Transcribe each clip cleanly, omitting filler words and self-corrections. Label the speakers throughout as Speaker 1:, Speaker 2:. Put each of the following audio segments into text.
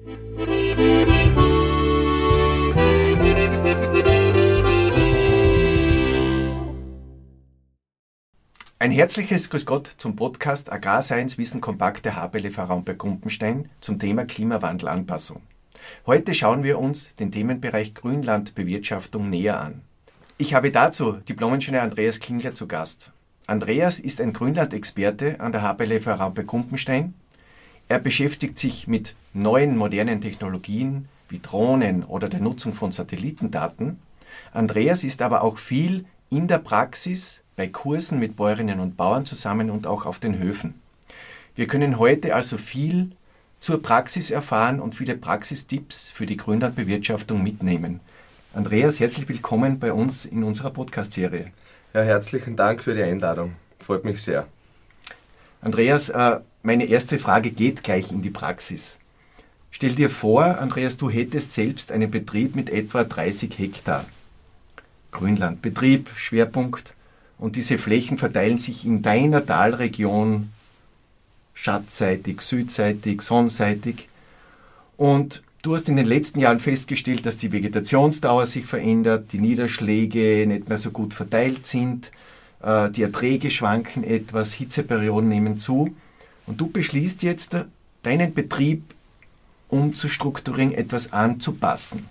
Speaker 1: Ein herzliches Grüß Gott zum Podcast Agrarscience Wissen kompakt der HPLV Raumberg-Gumpenstein zum Thema Klimawandelanpassung. Heute schauen wir uns den Themenbereich Grünlandbewirtschaftung näher an. Ich habe dazu Diplom-Ingenieur Andreas Klingler zu Gast. Andreas ist ein Grünlandexperte an der HPLV Raumberg-Gumpenstein. Er beschäftigt sich mit neuen modernen Technologien wie Drohnen oder der Nutzung von Satellitendaten. Andreas ist aber auch viel in der Praxis bei Kursen mit Bäuerinnen und Bauern zusammen und auch auf den Höfen. Wir können heute also viel zur Praxis erfahren und viele Praxistipps für die Grünlandbewirtschaftung mitnehmen. Andreas, herzlich willkommen bei uns in unserer Podcast-Serie.
Speaker 2: Ja, herzlichen Dank für die Einladung. Freut mich sehr.
Speaker 1: Andreas, meine erste Frage geht gleich in die Praxis. Stell dir vor, Andreas, du hättest selbst einen Betrieb mit etwa 30 Hektar. Grünlandbetrieb, Schwerpunkt. Und diese Flächen verteilen sich in deiner Talregion schattseitig, südseitig, sonnenseitig. Und du hast in den letzten Jahren festgestellt, dass die Vegetationsdauer sich verändert, die Niederschläge nicht mehr so gut verteilt sind, die Erträge schwanken etwas, Hitzeperioden nehmen zu. Und du beschließt jetzt, deinen Betrieb umzustrukturieren, etwas anzupassen.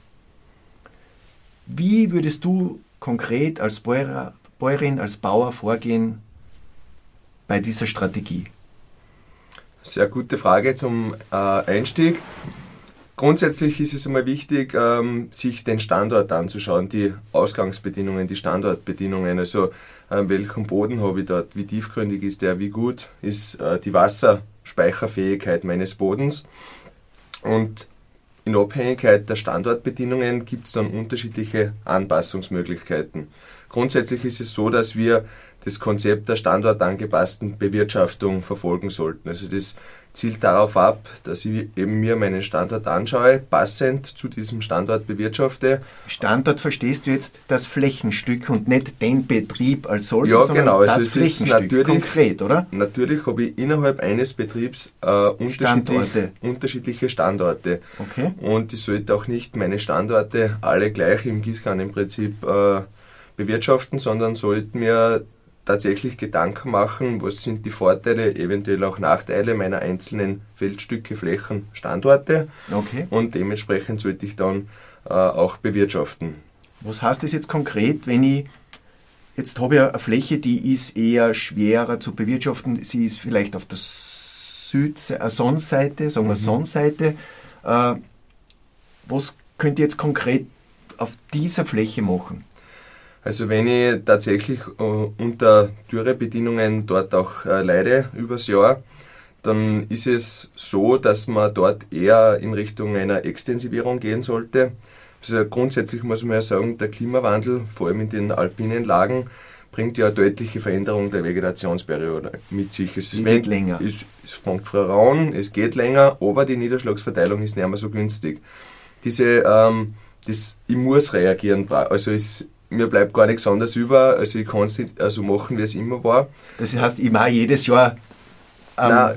Speaker 1: Wie würdest du konkret als Bäuerin, als Bauer vorgehen bei dieser Strategie?
Speaker 2: Sehr gute Frage zum Einstieg. Grundsätzlich ist es immer wichtig, sich den Standort anzuschauen, die Ausgangsbedingungen, die Standortbedingungen, also welchen Boden habe ich dort, wie tiefgründig ist der, wie gut ist die Wasserspeicherfähigkeit meines Bodens. Und in Abhängigkeit der Standortbedingungen gibt es dann unterschiedliche Anpassungsmöglichkeiten. Grundsätzlich ist es so, dass wir das Konzept der standortangepassten Bewirtschaftung verfolgen sollten. Also das zielt darauf ab, dass ich eben mir meinen Standort anschaue, passend zu diesem Standort bewirtschafte.
Speaker 1: Standort verstehst du jetzt das Flächenstück und nicht den Betrieb als solches,
Speaker 2: ja, genau.
Speaker 1: sondern das
Speaker 2: also es
Speaker 1: Flächenstück,
Speaker 2: ist natürlich,
Speaker 1: konkret, oder?
Speaker 2: Natürlich habe ich innerhalb eines Betriebs unterschiedliche Standorte.
Speaker 1: Okay.
Speaker 2: Und ich sollte auch nicht meine Standorte alle gleich im Gießkannenprinzip bewirtschaften, sondern sollte mir tatsächlich Gedanken machen, was sind die Vorteile, eventuell auch Nachteile meiner einzelnen Feldstücke, Flächen, Standorte.
Speaker 1: Okay.
Speaker 2: Und dementsprechend sollte ich dann auch bewirtschaften.
Speaker 1: Was heißt das jetzt konkret, wenn ich, jetzt habe ich eine Fläche, die ist eher schwerer zu bewirtschaften, sie ist vielleicht auf der Sonnenseite, sagen wir Sonnenseite. Was könnt ihr jetzt konkret auf dieser Fläche machen?
Speaker 2: Also wenn ich tatsächlich unter Dürrebedingungen dort auch leide übers Jahr, dann ist es so, dass man dort eher in Richtung einer Extensivierung gehen sollte. Also grundsätzlich muss man ja sagen, der Klimawandel, vor allem in den alpinen Lagen, bringt ja eine deutliche Veränderung der Vegetationsperiode mit sich. Es
Speaker 1: geht länger.
Speaker 2: Es fängt früher an, es geht länger, aber die Niederschlagsverteilung ist nicht mehr so günstig. Ich muss reagieren, also mir bleibt gar nichts anderes über, also ich kann es nicht so machen, wie es immer war.
Speaker 1: Das heißt, ich mache jedes Jahr
Speaker 2: nach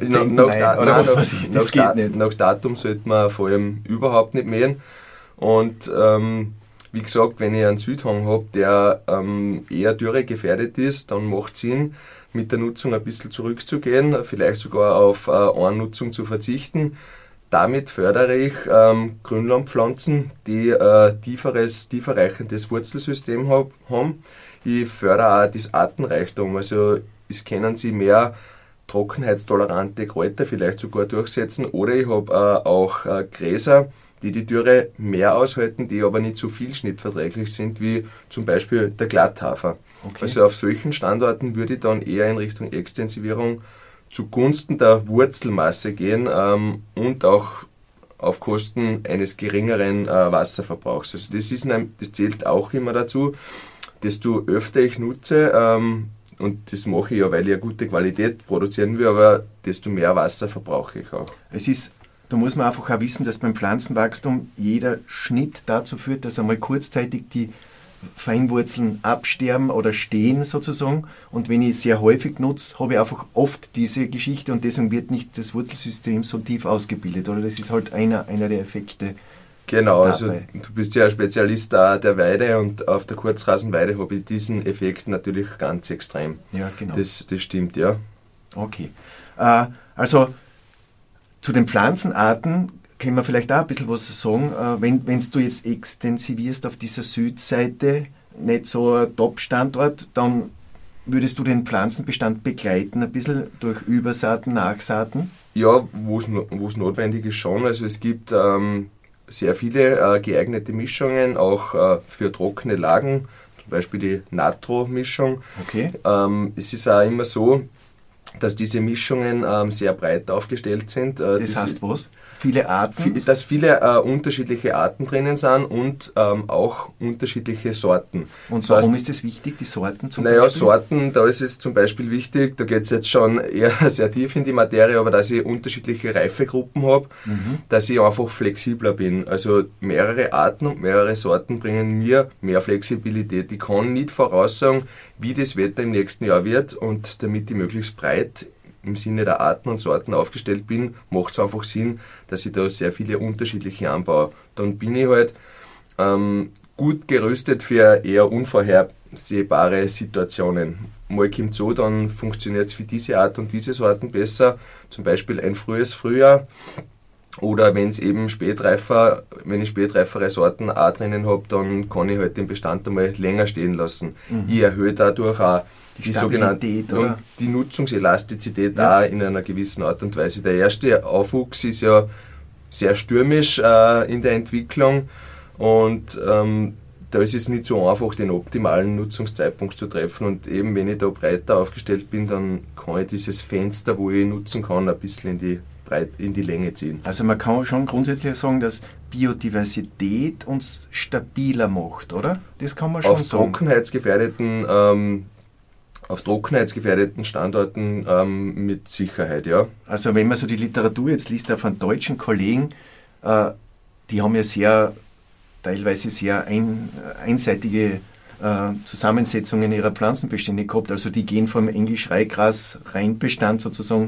Speaker 2: Datum sollte man vor allem überhaupt nicht mähen. Und wie gesagt, wenn ich einen Südhang habe, der eher dürregefährdet ist, dann macht es Sinn, mit der Nutzung ein bisschen zurückzugehen, vielleicht sogar auf Annutzung zu verzichten. Damit fördere ich Grünlandpflanzen, die tieferreichendes Wurzelsystem haben. Ich fördere auch das Artenreichtum, also es können sie mehr trockenheitstolerante Kräuter vielleicht sogar durchsetzen, oder ich habe auch Gräser, die Dürre mehr aushalten, die aber nicht so viel schnittverträglich sind wie zum Beispiel der Glatthafer. Okay. Also auf solchen Standorten würde ich dann eher in Richtung Extensivierung zugunsten der Wurzelmasse gehen und auch auf Kosten eines geringeren Wasserverbrauchs. Also das zählt auch immer dazu. Desto öfter ich nutze, und das mache ich ja, weil ich eine gute Qualität produzieren will, aber desto mehr Wasser verbrauche ich auch.
Speaker 1: Da muss man einfach auch wissen, dass beim Pflanzenwachstum jeder Schnitt dazu führt, dass einmal kurzzeitig die Feinwurzeln absterben oder stehen sozusagen. Und wenn ich sehr häufig nutze, habe ich einfach oft diese Geschichte und deswegen wird nicht das Wurzelsystem so tief ausgebildet. Oder das ist halt einer der Effekte.
Speaker 2: Genau, also du bist ja ein Spezialist der Weide und auf der Kurzrasenweide habe ich diesen Effekt natürlich ganz extrem.
Speaker 1: Ja, genau.
Speaker 2: Das stimmt, ja.
Speaker 1: Okay. Also zu den Pflanzenarten können wir vielleicht auch ein bisschen was sagen. Wenn du jetzt extensivierst auf dieser Südseite, nicht so ein Top-Standort, dann würdest du den Pflanzenbestand begleiten, ein bisschen durch Übersaaten, Nachsaaten?
Speaker 2: Ja, wo es notwendig ist schon. Also es gibt sehr viele geeignete Mischungen, auch für trockene Lagen, zum Beispiel die Natro-Mischung.
Speaker 1: Okay.
Speaker 2: Es ist auch immer so, dass diese Mischungen sehr breit aufgestellt sind.
Speaker 1: Das heißt was? Viele Arten?
Speaker 2: Dass viele unterschiedliche Arten drinnen sind und auch unterschiedliche Sorten.
Speaker 1: Und warum ist es wichtig, die Sorten zum
Speaker 2: Beispiel?
Speaker 1: Beispiel?
Speaker 2: Sorten, da ist es zum Beispiel wichtig, da geht es jetzt schon eher sehr tief in die Materie, aber dass ich unterschiedliche Reifegruppen habe, dass ich einfach flexibler bin. Also mehrere Arten und mehrere Sorten bringen mir mehr Flexibilität. Ich kann nicht voraussagen, wie das Wetter im nächsten Jahr wird, und damit ich möglichst breit im Sinne der Arten und Sorten aufgestellt bin, macht es einfach Sinn, dass ich da sehr viele unterschiedliche anbaue. Dann bin ich halt gut gerüstet für eher unvorhersehbare Situationen. Mal kommt so, dann funktioniert es für diese Art und diese Sorten besser, zum Beispiel ein frühes Frühjahr. Oder wenn ich spätreifere Sorten auch drinnen habe, dann kann ich halt den Bestand einmal länger stehen lassen. Ich erhöhe dadurch auch die sogenannte die Nutzungselastizität auch in einer gewissen Art und Weise. Der erste Aufwuchs ist ja sehr stürmisch in der Entwicklung, und da ist es nicht so einfach, den optimalen Nutzungszeitpunkt zu treffen, und eben wenn ich da breiter aufgestellt bin, dann kann ich dieses Fenster, wo ich nutzen kann, ein bisschen in die Länge ziehen.
Speaker 1: Also man kann schon grundsätzlich sagen, dass Biodiversität uns stabiler macht, oder? Das kann man schon sagen.
Speaker 2: Auf trockenheitsgefährdeten Standorten mit Sicherheit, ja.
Speaker 1: Also wenn man so die Literatur jetzt liest, auch von deutschen Kollegen, die haben ja teilweise sehr einseitige Zusammensetzungen ihrer Pflanzenbestände gehabt. Also die gehen vom Englisch-Reihgras-Reinbestand sozusagen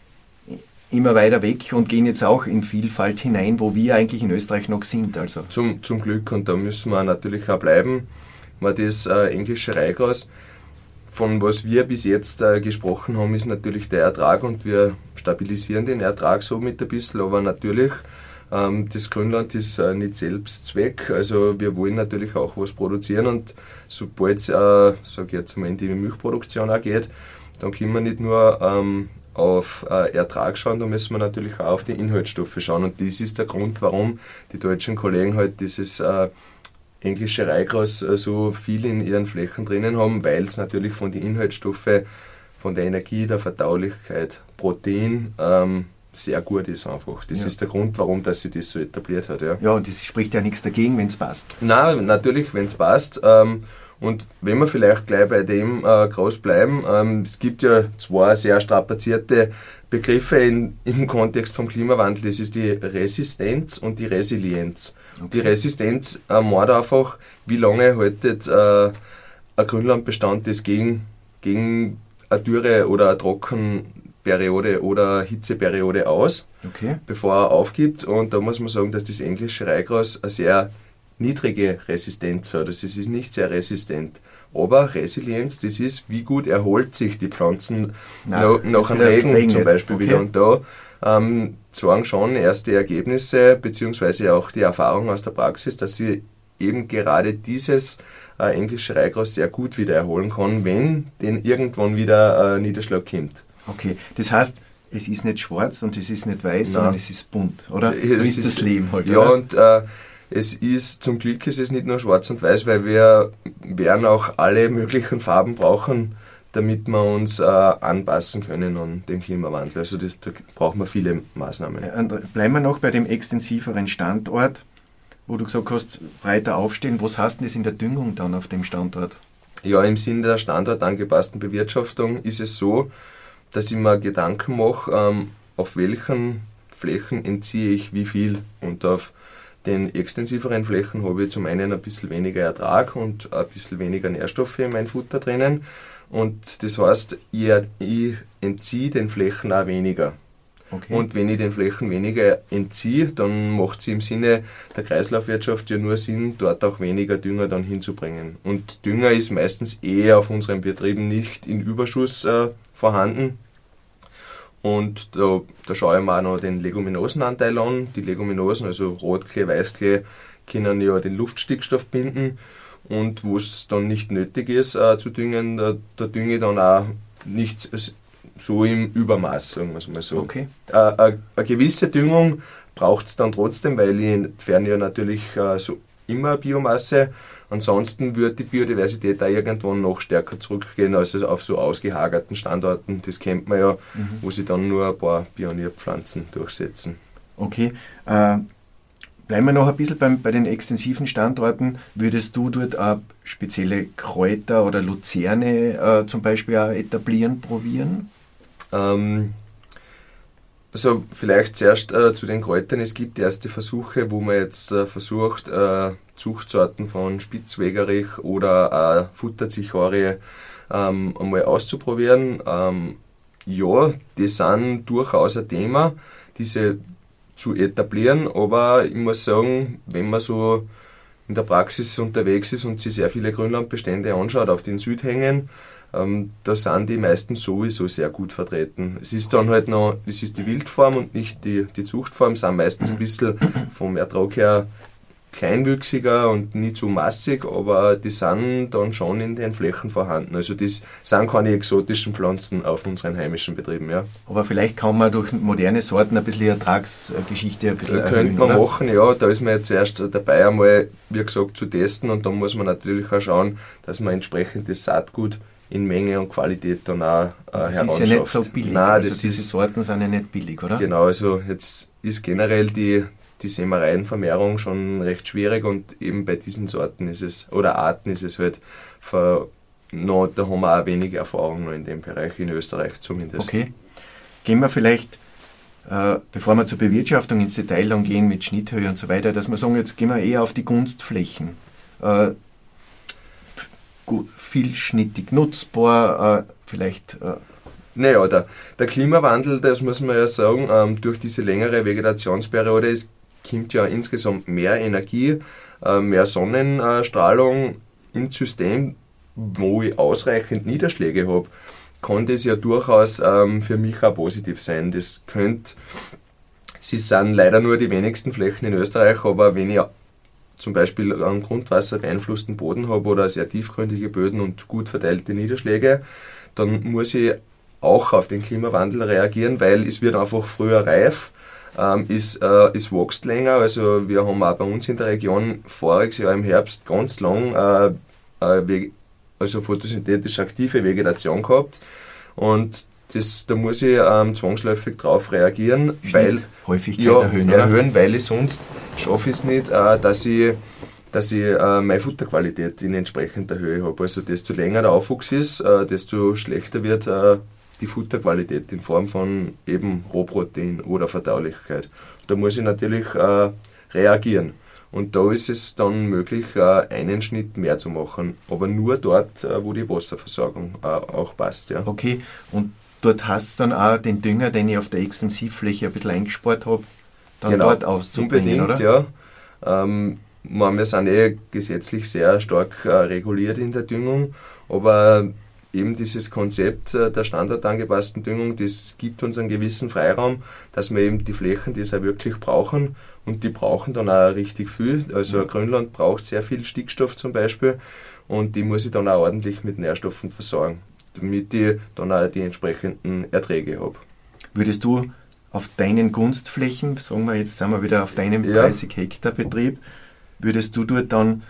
Speaker 1: immer weiter weg und gehen jetzt auch in Vielfalt hinein, wo wir eigentlich in Österreich noch sind. Also.
Speaker 2: Zum Glück, und da müssen wir natürlich auch bleiben. Das englische Reihgras, von was wir bis jetzt gesprochen haben, ist natürlich der Ertrag, und wir stabilisieren den Ertrag somit ein bisschen, aber natürlich, das Grünland ist nicht Selbstzweck, also wir wollen natürlich auch was produzieren, und sobald es, sage ich jetzt mal, in die Milchproduktion auch geht, dann können wir nicht nur auf Ertrag schauen, da müssen wir natürlich auch auf die Inhaltsstoffe schauen, und das ist der Grund, warum die deutschen Kollegen halt dieses englische Reihgras so viel in ihren Flächen drinnen haben, weil es natürlich von den Inhaltsstoffen, von der Energie, der Verdaulichkeit, Protein sehr gut ist einfach. Das ist der Grund, warum dass sich das so etabliert hat. Ja,
Speaker 1: ja, und das spricht ja nichts dagegen, wenn es passt.
Speaker 2: Nein, natürlich, wenn es passt. Und wenn wir vielleicht gleich bei dem groß bleiben, es gibt ja zwei sehr strapazierte Begriffe im Kontext vom Klimawandel, das ist die Resistenz und die Resilienz. Okay. Die Resistenz meint einfach, wie lange haltet ein Grünlandbestand das gegen eine Dürre oder eine Trockenperiode oder Hitzeperiode aus, bevor er aufgibt. Und da muss man sagen, dass das englische Reihgras eine sehr niedrige Resistenz hat. Also es ist nicht sehr resistent. Aber Resilienz, das ist, wie gut erholt sich die Pflanzen nach einem Regen zum Beispiel wieder. Und da sagen schon erste Ergebnisse, beziehungsweise auch die Erfahrung aus der Praxis, dass sie eben gerade dieses englische Reihgras sehr gut wieder erholen kann, wenn denn irgendwann wieder Niederschlag kommt.
Speaker 1: Okay, das heißt, es ist nicht schwarz und es ist nicht weiß, sondern es ist bunt, oder? So ist das Leben halt,
Speaker 2: ja, oder? Und zum Glück ist es nicht nur schwarz und weiß, weil wir werden auch alle möglichen Farben brauchen, damit wir uns anpassen können an den Klimawandel. Also da brauchen wir viele Maßnahmen.
Speaker 1: Bleiben wir noch bei dem extensiveren Standort, wo du gesagt hast, breiter aufstehen. Was heißt denn das in der Düngung dann auf dem Standort?
Speaker 2: Ja, im Sinne der standortangepassten Bewirtschaftung ist es so, dass ich mir Gedanken mache, auf welchen Flächen entziehe ich wie viel, und auf den extensiveren Flächen habe ich zum einen ein bisschen weniger Ertrag und ein bisschen weniger Nährstoffe in meinem Futter drinnen. Und das heißt, ich entziehe den Flächen auch weniger.
Speaker 1: Okay.
Speaker 2: Und wenn ich den Flächen weniger entziehe, dann macht es im Sinne der Kreislaufwirtschaft ja nur Sinn, dort auch weniger Dünger dann hinzubringen. Und Dünger ist meistens eher auf unseren Betrieben nicht in Überschuss vorhanden. Und da schaue ich mir auch noch den Leguminosenanteil an. Die Leguminosen, also Rotklee, Weißklee, können ja den Luftstickstoff binden. Und wo es dann nicht nötig ist zu düngen, da dünge ich dann auch nicht so im Übermaß, sagen wir es mal so.
Speaker 1: Okay.
Speaker 2: Eine gewisse Düngung braucht es dann trotzdem, weil ich entferne ja natürlich so immer Biomasse. Ansonsten wird die Biodiversität da irgendwann noch stärker zurückgehen als auf so ausgehagerten Standorten. Das kennt man ja, wo sich dann nur ein paar Pionierpflanzen durchsetzen.
Speaker 1: Okay. Bleiben wir noch ein bisschen bei den extensiven Standorten. Würdest du dort auch spezielle Kräuter oder Luzerne zum Beispiel auch etablieren, probieren?
Speaker 2: Also vielleicht zuerst zu den Kräutern. Es gibt erste Versuche, wo man jetzt versucht, Zuchtsorten von Spitzwegerich oder Futterzichorie einmal auszuprobieren. Ja, die sind durchaus ein Thema, diese zu etablieren, aber ich muss sagen, wenn man so in der Praxis unterwegs ist und sich sehr viele Grünlandbestände anschaut auf den Südhängen, da sind die meisten sowieso sehr gut vertreten. Es ist dann halt noch, das ist die Wildform und nicht die Zuchtform, sind meistens ein bisschen vom Ertrag her kleinwüchsiger und nicht so massig, aber die sind dann schon in den Flächen vorhanden. Also das sind keine exotischen Pflanzen auf unseren heimischen Betrieben. Ja.
Speaker 1: Aber vielleicht kann man durch moderne Sorten ein bisschen die Ertragsgeschichte ein bisschen erhöhen,
Speaker 2: könnte man
Speaker 1: oder?
Speaker 2: machen, ja. Da ist man jetzt erst dabei, einmal, wie gesagt, zu testen und da muss man natürlich auch schauen, dass man entsprechendes Saatgut in Menge und Qualität dann auch
Speaker 1: Das ist ja nicht so billig.
Speaker 2: Nein,
Speaker 1: also
Speaker 2: das
Speaker 1: diese Sorten sind ja nicht billig, oder?
Speaker 2: Genau, also jetzt ist generell die Sämereienvermehrung schon recht schwierig und eben bei diesen Sorten ist es, oder Arten ist es halt, da haben wir auch wenige Erfahrung noch in dem Bereich, in Österreich zumindest.
Speaker 1: Okay. Gehen wir vielleicht, bevor wir zur Bewirtschaftung ins Detail dann gehen mit Schnitthöhe und so weiter, dass wir sagen, jetzt gehen wir eher auf die Gunstflächen. Vielschnittig nutzbar, vielleicht...
Speaker 2: Naja, der Klimawandel, das muss man ja sagen, durch diese längere Vegetationsperiode, es kommt ja insgesamt mehr Energie, mehr Sonnenstrahlung ins System, wo ich ausreichend Niederschläge habe, kann das ja durchaus für mich auch positiv sein. Sie sind leider nur die wenigsten Flächen in Österreich, aber wenn ich zum Beispiel einen Grundwasser beeinflussten Boden habe oder sehr tiefgründige Böden und gut verteilte Niederschläge, dann muss ich auch auf den Klimawandel reagieren, weil es wird einfach früher reif, es wächst länger. Also wir haben auch bei uns in der Region voriges Jahr im Herbst ganz lang also photosynthetisch aktive Vegetation gehabt und da muss ich zwangsläufig drauf reagieren, weil
Speaker 1: Häufigkeit
Speaker 2: erhöhen, weil ich sonst schaffe ich es nicht, dass ich meine Futterqualität in entsprechender Höhe habe. Also desto länger der Aufwuchs ist, desto schlechter wird die Futterqualität in Form von eben Rohprotein oder Verdaulichkeit. Da muss ich natürlich reagieren. Und da ist es dann möglich, einen Schnitt mehr zu machen, aber nur dort, wo die Wasserversorgung auch passt. Ja.
Speaker 1: Okay, und dort hast es dann auch den Dünger, den ich auf der Extensivfläche ein bisschen eingespart habe, dann
Speaker 2: genau,
Speaker 1: dort auszubringen,
Speaker 2: unbedingt,
Speaker 1: oder?
Speaker 2: Ja. Wir sind gesetzlich sehr stark reguliert in der Düngung, aber eben dieses Konzept der standardangepassten Düngung, das gibt uns einen gewissen Freiraum, dass wir eben die Flächen, die es auch wirklich brauchen, und die brauchen dann auch richtig viel. Also Grünland braucht sehr viel Stickstoff zum Beispiel und die muss ich dann auch ordentlich mit Nährstoffen versorgen, damit ich dann auch die entsprechenden Erträge habe.
Speaker 1: Würdest du auf deinen Gunstflächen, sagen wir jetzt, sind wir wieder auf deinem 30 Hektar Betrieb, würdest du dort dann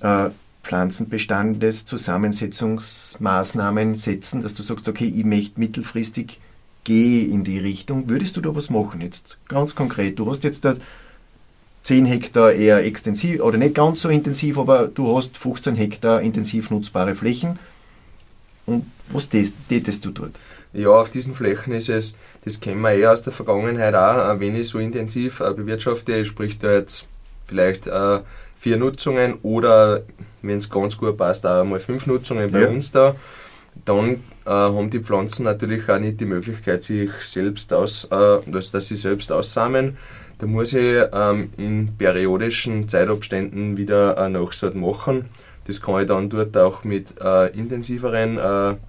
Speaker 1: Pflanzenbestandeszusammensetzungsmaßnahmen setzen, dass du sagst, okay, ich möchte mittelfristig gehe in die Richtung. Würdest du da was machen jetzt? Ganz konkret. Du hast jetzt da 10 Hektar eher extensiv, oder nicht ganz so intensiv, aber du hast 15 Hektar intensiv nutzbare Flächen. Und was tätest du dort?
Speaker 2: Ja, auf diesen Flächen ist es, das kennen wir aus der Vergangenheit auch, wenn ich so intensiv bewirtschafte, sprich da jetzt vielleicht 4 Nutzungen oder, wenn es ganz gut passt, auch mal 5 Nutzungen bei uns da. Dann haben die Pflanzen natürlich auch nicht die Möglichkeit, sich selbst dass sie selbst aussamen. Da muss ich in periodischen Zeitabständen wieder eine Nachsaat machen. Das kann ich dann dort auch mit intensiveren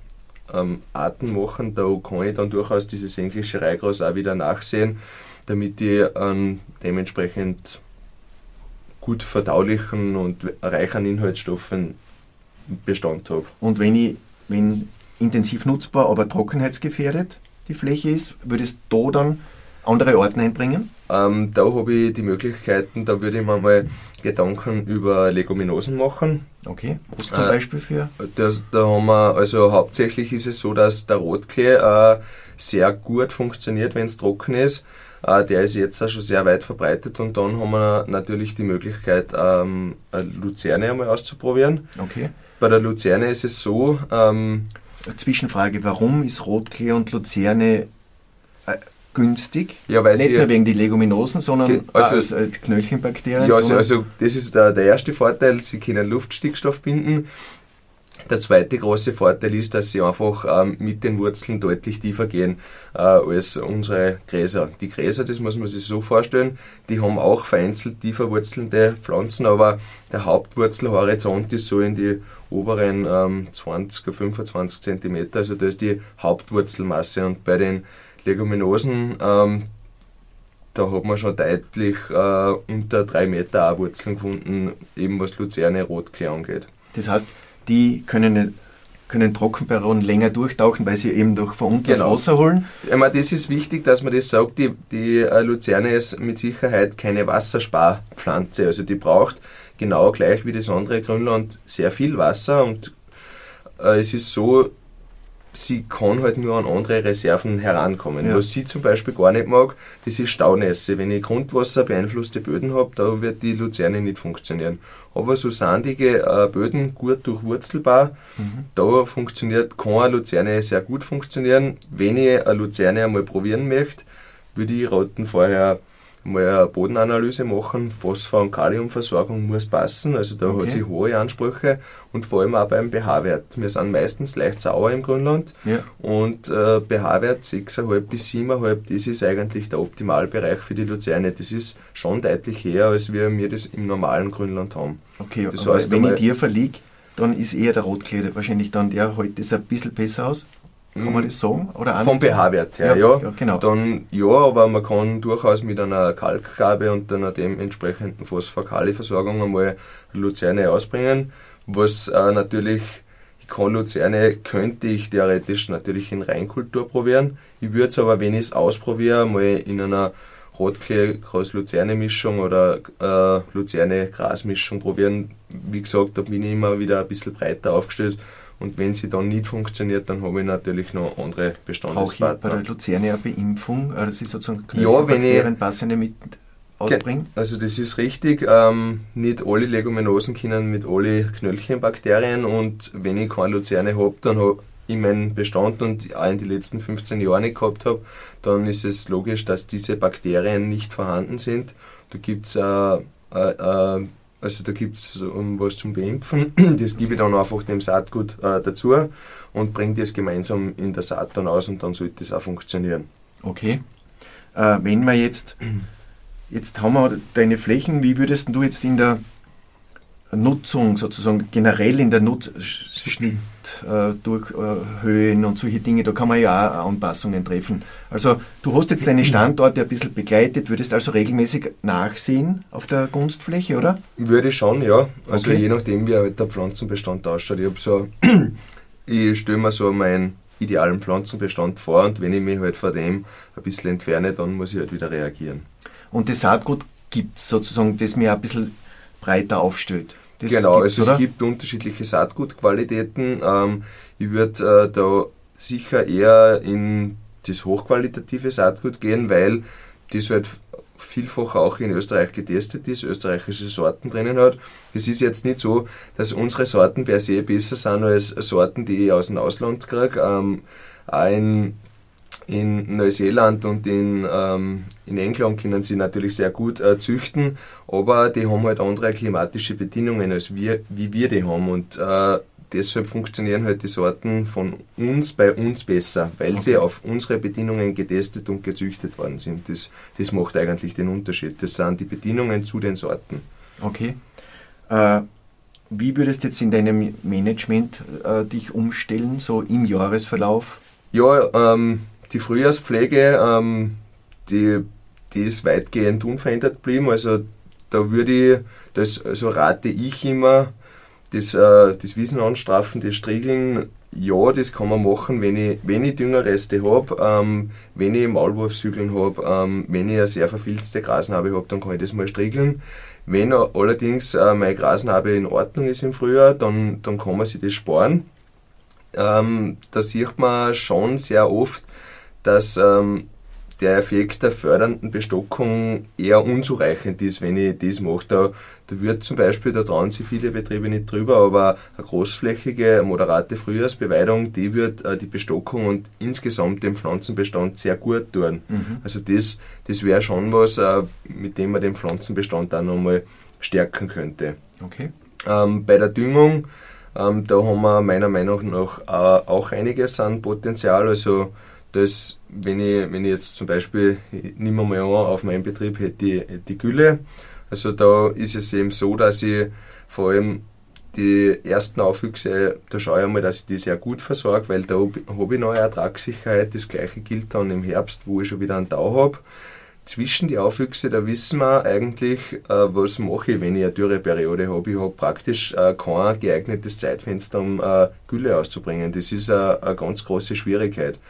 Speaker 2: Arten machen. Da kann ich dann durchaus dieses englische Reihgras auch wieder nachsehen, damit ich dementsprechend gut verdaulichen und reich an Inhaltsstoffen Bestand habe.
Speaker 1: Und wenn intensiv nutzbar, aber trockenheitsgefährdet die Fläche ist, würdest du da dann andere Arten einbringen?
Speaker 2: Da habe ich die Möglichkeiten, da würde ich mir mal Gedanken über Leguminosen machen.
Speaker 1: Okay, was zum Beispiel für?
Speaker 2: Da haben wir, also hauptsächlich ist es so, dass der Rotklee sehr gut funktioniert, wenn es trocken ist. Der ist jetzt auch schon sehr weit verbreitet und dann haben wir natürlich die Möglichkeit, Luzerne einmal auszuprobieren.
Speaker 1: Okay.
Speaker 2: Bei der Luzerne ist es so...
Speaker 1: Zwischenfrage, warum ist Rotklee und Luzerne günstig?
Speaker 2: Ja, weil
Speaker 1: nicht nur wegen die Leguminosen, sondern als Knöllchenbakterien.
Speaker 2: Ja, also das ist der erste Vorteil, sie können Luftstickstoff binden. Der zweite große Vorteil ist, dass sie einfach mit den Wurzeln deutlich tiefer gehen als unsere Gräser. Die Gräser, das muss man sich so vorstellen, die haben auch vereinzelt tiefer wurzelnde Pflanzen, aber der Hauptwurzelhorizont ist so in die oberen 20, 25 cm, also da ist die Hauptwurzelmasse. Und bei den Leguminosen, da hat man schon deutlich unter 3 Meter auch Wurzeln gefunden, eben was Luzerne, Rotklee angeht.
Speaker 1: Das heißt, die können Trockenperioden länger durchtauchen, weil sie eben von unten das Wasser holen.
Speaker 2: Ich meine, das ist wichtig, dass man das sagt. Die Luzerne ist mit Sicherheit keine Wassersparpflanze. Also die braucht genau gleich wie das andere Grünland sehr viel Wasser. Und es ist so, sie kann halt nur an andere Reserven herankommen. Ja. Was sie zum Beispiel gar nicht mag, das ist Staunässe. Wenn ich Grundwasser beeinflusste Böden habe, da wird die Luzerne nicht funktionieren. Aber so sandige Böden, gut durchwurzelbar, da kann eine Luzerne sehr gut funktionieren. Wenn ich eine Luzerne einmal probieren möchte, würde ich raten, vorher mal eine Bodenanalyse machen. Phosphor- und Kaliumversorgung muss passen, also da hat sie hohe Ansprüche und vor allem auch beim pH-Wert. Wir sind meistens leicht sauer im Grünland und pH-Wert 6,5 bis 7,5, das ist eigentlich der Optimalbereich für die Luzerne. Das ist schon deutlich höher, als wir das im normalen Grünland haben.
Speaker 1: Okay, das heißt, wenn ich dir verliege, dann ist eher der Rotklee wahrscheinlich dann, der hält das ein bisschen besser aus? Kann man das sagen? Oder
Speaker 2: vom pH-Wert her, ja.
Speaker 1: Genau.
Speaker 2: Dann, aber man kann durchaus mit einer Kalkgabe und einer dementsprechenden Phosphor-Kali-Versorgung einmal Luzerne ausbringen. Was natürlich, Luzerne könnte ich theoretisch natürlich in Reinkultur probieren. Ich würde es aber, wenn ich es ausprobiere, mal in einer Rotklee-Gras-Luzerne-Mischung oder Luzerne-Gras-Mischung probieren. Wie gesagt, da bin ich immer wieder ein bisschen breiter aufgestellt. Und wenn sie dann nicht funktioniert, dann habe ich natürlich noch andere Bestandespartner.
Speaker 1: Brauche ich bei der Luzerne eine Beimpfung, dass ich sozusagen Knöchelbakterien passende mit ausbringe?
Speaker 2: Also das ist richtig. Nicht alle Leguminosen können mit alle Knöllchenbakterien und wenn ich keine Luzerne habe, dann habe ich meinen Bestand und auch in den letzten 15 Jahren nicht gehabt habe, dann ist es logisch, dass diese Bakterien nicht vorhanden sind. Da gibt es was zum Beimpfen, das gebe ich dann einfach dem Saatgut dazu und bringe das gemeinsam in der Saat dann aus und dann sollte das auch funktionieren.
Speaker 1: Okay. Wenn wir jetzt haben wir deine Flächen, wie würdest du jetzt in der Nutzung sozusagen generell in der Schnitt durch Höhen und solche Dinge, da kann man ja auch Anpassungen treffen. Also du hast jetzt deine Standorte ein bisschen begleitet, würdest also regelmäßig nachsehen auf der Kunstfläche, oder?
Speaker 2: Würde ich schon, ja. Also je nachdem, wie halt der Pflanzenbestand ausschaut. Ich stelle mir so meinen idealen Pflanzenbestand vor und wenn ich mich halt von dem ein bisschen entferne, dann muss ich halt wieder reagieren.
Speaker 1: Und das Saatgut gibt es sozusagen, das mir ein bisschen breiter aufstellt. Das
Speaker 2: genau, also es gibt unterschiedliche Saatgutqualitäten. Ich würde da sicher eher in das hochqualitative Saatgut gehen, weil das halt vielfach auch in Österreich getestet ist, österreichische Sorten drinnen hat. Es ist jetzt nicht so, dass unsere Sorten per se besser sind als Sorten, die ich aus dem Ausland kriege. Auch In Neuseeland und in England können sie natürlich sehr gut züchten, aber die haben halt andere klimatische Bedingungen, als wie wir die haben. Und deshalb funktionieren halt die Sorten von uns bei uns besser, weil sie auf unsere Bedingungen getestet und gezüchtet worden sind. Das macht eigentlich den Unterschied. Das sind die Bedingungen zu den Sorten.
Speaker 1: Okay. Wie würdest du jetzt in deinem Management dich umstellen, so im Jahresverlauf?
Speaker 2: Ja, die Frühjahrspflege, die ist weitgehend unverändert geblieben. Also da würde ich, also rate ich immer, das Wiesen anstrafen, das Striegeln, ja, das kann man machen, wenn ich Düngerreste habe, wenn ich Maulwurfshügeln habe, wenn ich eine sehr verfilzte Grasnarbe habe, dann kann ich das mal striegeln. Wenn allerdings meine Grasnarbe in Ordnung ist im Frühjahr, dann kann man sich das sparen. Da sieht man schon sehr oft, dass der Effekt der fördernden Bestockung eher unzureichend ist, wenn ich das mache. Da wird zum Beispiel, da trauen sich viele Betriebe nicht drüber, aber eine großflächige, moderate Frühjahrsbeweidung, die wird die Bestockung und insgesamt den Pflanzenbestand sehr gut tun. Also das wäre schon was, mit dem man den Pflanzenbestand auch nochmal stärken könnte.
Speaker 1: Okay.
Speaker 2: Bei der Düngung, da haben wir meiner Meinung nach auch einiges an Potenzial. Also das, wenn ich jetzt zum Beispiel, nehmen wir mal an, auf meinem Betrieb hätte die Gülle. Also da ist es eben so, dass ich vor allem die ersten Aufwüchse, da schaue ich einmal, dass ich die sehr gut versorge, weil da habe ich noch eine Ertragssicherheit. Das gleiche gilt dann im Herbst, wo ich schon wieder einen Tau habe. Zwischen die Aufwüchse, da wissen wir eigentlich, was mache ich, wenn ich eine Dürreperiode habe. Ich habe praktisch kein geeignetes Zeitfenster, um Gülle auszubringen. Das ist eine ganz große Schwierigkeit.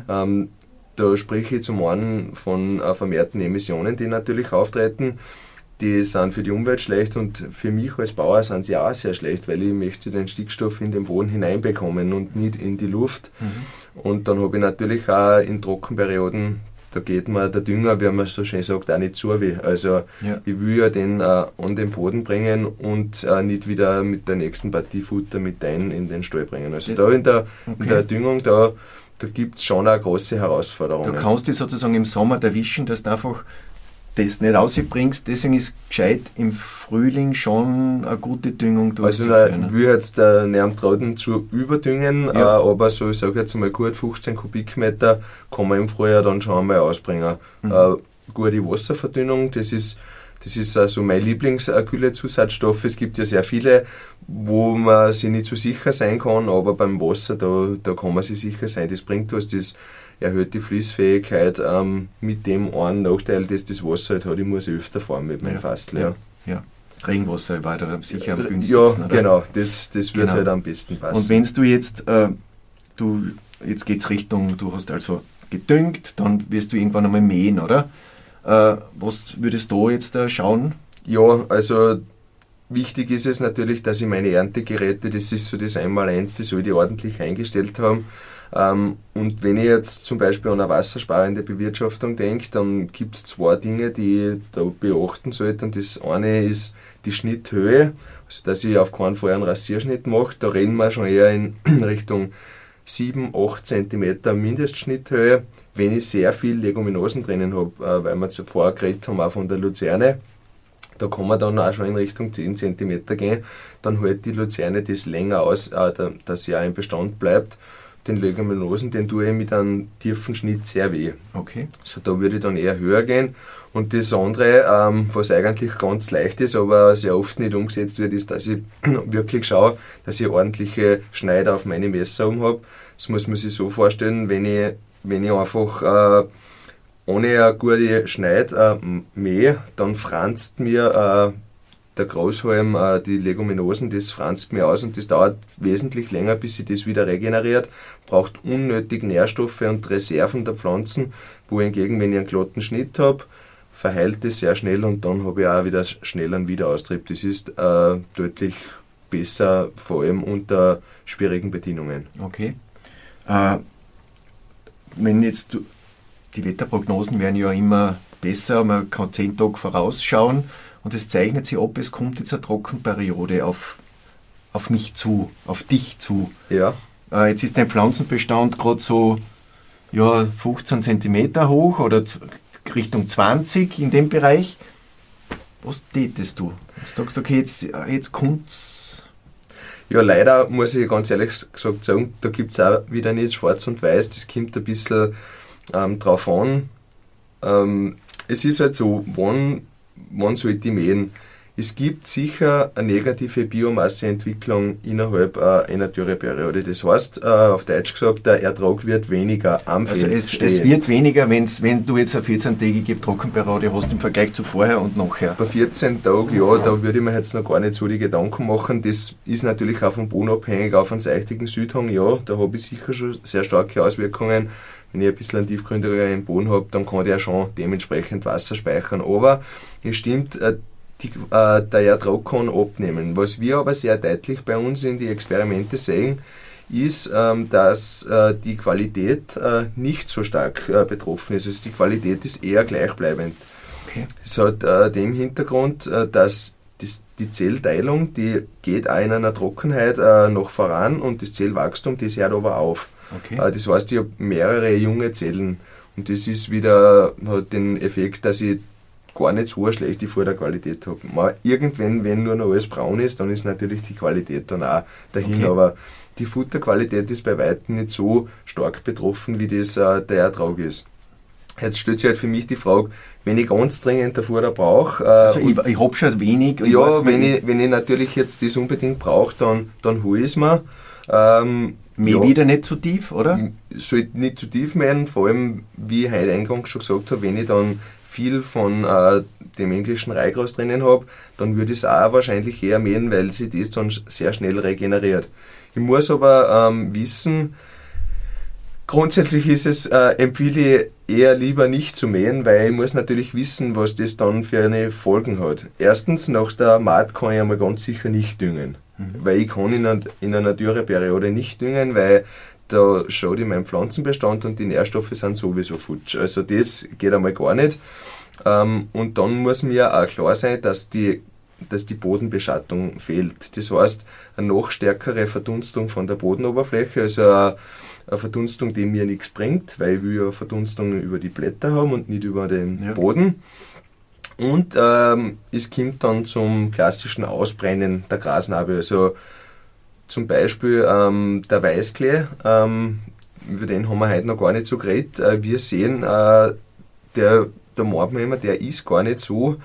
Speaker 2: Da spreche ich zum einen von vermehrten Emissionen, die natürlich auftreten. Die sind für die Umwelt schlecht und für mich als Bauer sind sie auch sehr schlecht, weil ich möchte den Stickstoff in den Boden hineinbekommen und nicht in die Luft. Und dann habe ich natürlich auch in Trockenperioden, da geht mir der Dünger, wie man so schön sagt, auch nicht zu weh. Also ich will ja den an den Boden bringen und nicht wieder mit der nächsten Partie Futter mit in den Stall bringen. Also da in der Düngung, da gibt es schon eine große Herausforderung.
Speaker 1: Du kannst dich sozusagen im Sommer erwischen, dass du einfach das nicht rausbringst. Deswegen ist gescheit im Frühling schon eine gute Düngung durchzuführen.
Speaker 2: Also ich will jetzt nicht trauten zu überdüngen, aber so, ich sage jetzt mal gut 15 Kubikmeter kann man im Frühjahr dann schon einmal ausbringen. Gute Wasserverdünnung, das ist also mein Lieblingsgüllezusatzstoff. Es gibt ja sehr viele, wo man sich nicht so sicher sein kann, aber beim Wasser, da kann man sich sicher sein. Das bringt was, das erhöht die Fließfähigkeit mit dem einen Nachteil, dass das Wasser halt hat. Ich muss öfter fahren mit meinem Fassel.
Speaker 1: Ja. Regenwasser war da sicher am günstigsten.
Speaker 2: Ja, genau, das wird halt am besten passen.
Speaker 1: Und wenn du jetzt, jetzt geht es Richtung, du hast also gedüngt, dann wirst du irgendwann einmal mähen, oder? Was würdest du jetzt schauen?
Speaker 2: Ja, also wichtig ist es natürlich, dass ich meine Erntegeräte, das ist so das Einmaleins, die soll ich ordentlich eingestellt haben. Und wenn ich jetzt zum Beispiel an eine wassersparende Bewirtschaftung denke, dann gibt es zwei Dinge, die ich da beachten sollte. Und das eine ist die Schnitthöhe, also dass ich auf keinen Fall einen Rasierschnitt mache. Da reden wir schon eher in Richtung 7-8 cm Mindestschnitthöhe. Wenn ich sehr viel Leguminosen drinnen habe, weil wir zuvor geredet haben, auch von der Luzerne, da kann man dann auch schon in Richtung 10 cm gehen. Dann hält die Luzerne das länger aus, dass sie auch im Bestand bleibt. Den Leguminosen, den tue ich mit einem tiefen Schnitt sehr weh.
Speaker 1: Okay.
Speaker 2: Also da würde ich dann eher höher gehen. Und das andere, was eigentlich ganz leicht ist, aber sehr oft nicht umgesetzt wird, ist, dass ich wirklich schaue, dass ich ordentliche Schneider auf meine Messer habe. Das muss man sich so vorstellen, wenn ich einfach ohne eine gute Schneid mähe, dann franzt mir der Großhalm, die Leguminosen, das franzt mir aus und das dauert wesentlich länger, bis sich das wieder regeneriert, braucht unnötig Nährstoffe und Reserven der Pflanzen, wohingegen, wenn ich einen glatten Schnitt habe, verheilt es sehr schnell und dann habe ich auch wieder schnell einen Wiederaustrieb. Das ist deutlich besser, vor allem unter schwierigen Bedingungen.
Speaker 1: Okay. Wenn jetzt die Wetterprognosen werden ja immer besser, man kann 10 Tage vorausschauen und es zeichnet sich ab, es kommt jetzt eine Trockenperiode auf mich zu, auf dich zu.
Speaker 2: Ja.
Speaker 1: Jetzt ist dein Pflanzenbestand gerade so ja, 15 cm hoch oder Richtung 20 in dem Bereich. Was tätest du? Jetzt sagst du, okay, jetzt kommt's.
Speaker 2: Ja, leider muss ich ganz ehrlich gesagt sagen, da gibt es auch wieder nicht schwarz und weiß, das kommt ein bisschen drauf an. Es ist halt so, wann sollte ich mähen? Es gibt sicher eine negative Biomasseentwicklung innerhalb einer Dürreperiode. Das heißt, auf Deutsch gesagt, der Ertrag wird weniger am
Speaker 1: Also
Speaker 2: Feld
Speaker 1: es
Speaker 2: stehen.
Speaker 1: wird weniger, wenn du jetzt eine 14-tägige Trockenperiode hast im Vergleich zu vorher und nachher.
Speaker 2: Bei 14 Tagen, ja, da würde ich mir jetzt noch gar nicht so die Gedanken machen. Das ist natürlich auch vom Boden abhängig, auf einen seichtigen Südhang, ja, da habe ich sicher schon sehr starke Auswirkungen. Wenn ich ein bisschen einen tiefgründigeren Boden habe, dann kann der schon dementsprechend Wasser speichern. Aber es stimmt, der Ertrag kann abnehmen. Was wir aber sehr deutlich bei uns in die Experimente sehen, ist, dass die Qualität nicht so stark betroffen ist. Also die Qualität ist eher gleichbleibend.
Speaker 1: Okay.
Speaker 2: Es hat den Hintergrund, dass die Zellteilung, die geht auch in einer Trockenheit noch voran und das Zellwachstum, das hört aber auf.
Speaker 1: Okay.
Speaker 2: Das heißt, ich habe mehrere junge Zellen und das ist wieder, hat den Effekt, dass ich gar nicht so eine schlechte Futterqualität habe. Irgendwann, wenn nur noch alles braun ist, dann ist natürlich die Qualität dann auch dahin,
Speaker 1: Okay.
Speaker 2: aber die Futterqualität ist bei weitem nicht so stark betroffen, wie das der Ertrag ist. Jetzt stellt sich halt für mich die Frage, wenn ich ganz dringend der Futter brauche.
Speaker 1: Also ich habe schon wenig. Ich
Speaker 2: ja,
Speaker 1: weiß,
Speaker 2: wenn ich natürlich jetzt das unbedingt brauche, dann hole ich es mir.
Speaker 1: Wieder nicht zu tief, oder?
Speaker 2: Sollte nicht zu tief mähen, vor allem, wie ich heute eingangs schon gesagt habe, wenn ich dann viel von dem englischen Reigras drinnen habe, dann würde ich es auch wahrscheinlich eher mähen, weil sich das dann sehr schnell regeneriert. Ich muss aber wissen, grundsätzlich ist es, empfehle ich eher lieber nicht zu mähen, weil ich muss natürlich wissen, was das dann für eine Folgen hat. Erstens, nach der Maat kann ich einmal ganz sicher nicht düngen, weil ich kann in einer Dürreperiode nicht düngen, weil da schaut in meinem Pflanzenbestand und die Nährstoffe sind sowieso futsch. Also das geht einmal gar nicht. Und dann muss mir auch klar sein, dass die Bodenbeschattung fehlt. Das heißt, eine noch stärkere Verdunstung von der Bodenoberfläche, also eine Verdunstung, die mir nichts bringt, weil ich will ja Verdunstung über die Blätter haben und nicht über den Boden. Und es kommt dann zum klassischen Ausbrennen der Grasnarbe. Also zum Beispiel der Weißklee, über den haben wir heute noch gar nicht so geredet. Wir sehen, der meint man immer, der ist gar nicht so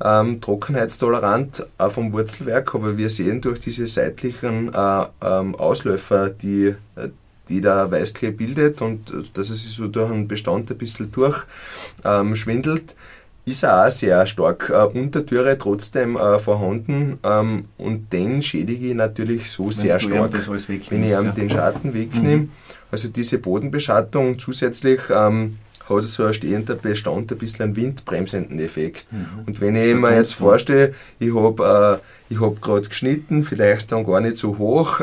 Speaker 2: trockenheitstolerant vom Wurzelwerk, aber wir sehen durch diese seitlichen Ausläufer, die der Weißklee bildet und dass es sich so durch einen Bestand ein bisschen durchschwindelt, ist er auch sehr stark unter Dürre trotzdem vorhanden und den schädige ich natürlich so sehr stark, wenn ich den Schatten wegnehme. Also diese Bodenbeschattung zusätzlich hat so ein stehender Bestand ein bisschen einen windbremsenden Effekt. Und wenn ich mir jetzt vorstelle, ich hab gerade geschnitten, vielleicht dann gar nicht so hoch,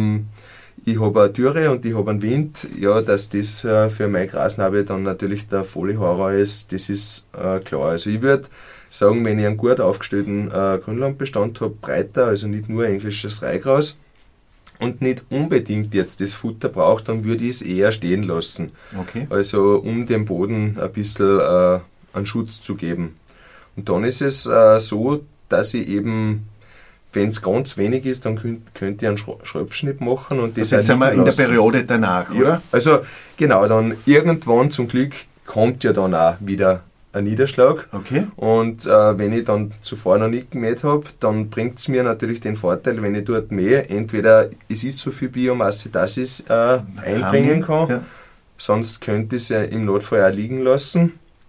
Speaker 2: ich habe eine Dürre und ich habe einen Wind, ja, dass das für meine Grasnarbe dann natürlich der volle Horror ist, das ist klar. Also ich würde sagen, wenn ich einen gut aufgestellten Grünlandbestand habe, breiter, also nicht nur englisches Reigras und nicht unbedingt jetzt das Futter braucht, dann würde ich es eher stehen lassen.
Speaker 1: Okay.
Speaker 2: Also um dem Boden ein bisschen einen Schutz zu geben. Und dann ist es so, dass ich eben, wenn es ganz wenig ist, dann könnte ich einen Schröpfschnitt machen. Und das
Speaker 1: jetzt sind wir in der Periode danach, oder?
Speaker 2: Ja, also genau, dann irgendwann zum Glück kommt ja dann auch wieder ein Niederschlag.
Speaker 1: Okay.
Speaker 2: Und wenn ich dann zuvor noch nicht gemäht habe, dann bringt es mir natürlich den Vorteil, wenn ich dort mähe, entweder es ist so viel Biomasse, dass ich es einbringen kann, sonst könnte ich es ja im Notfall auch liegen lassen.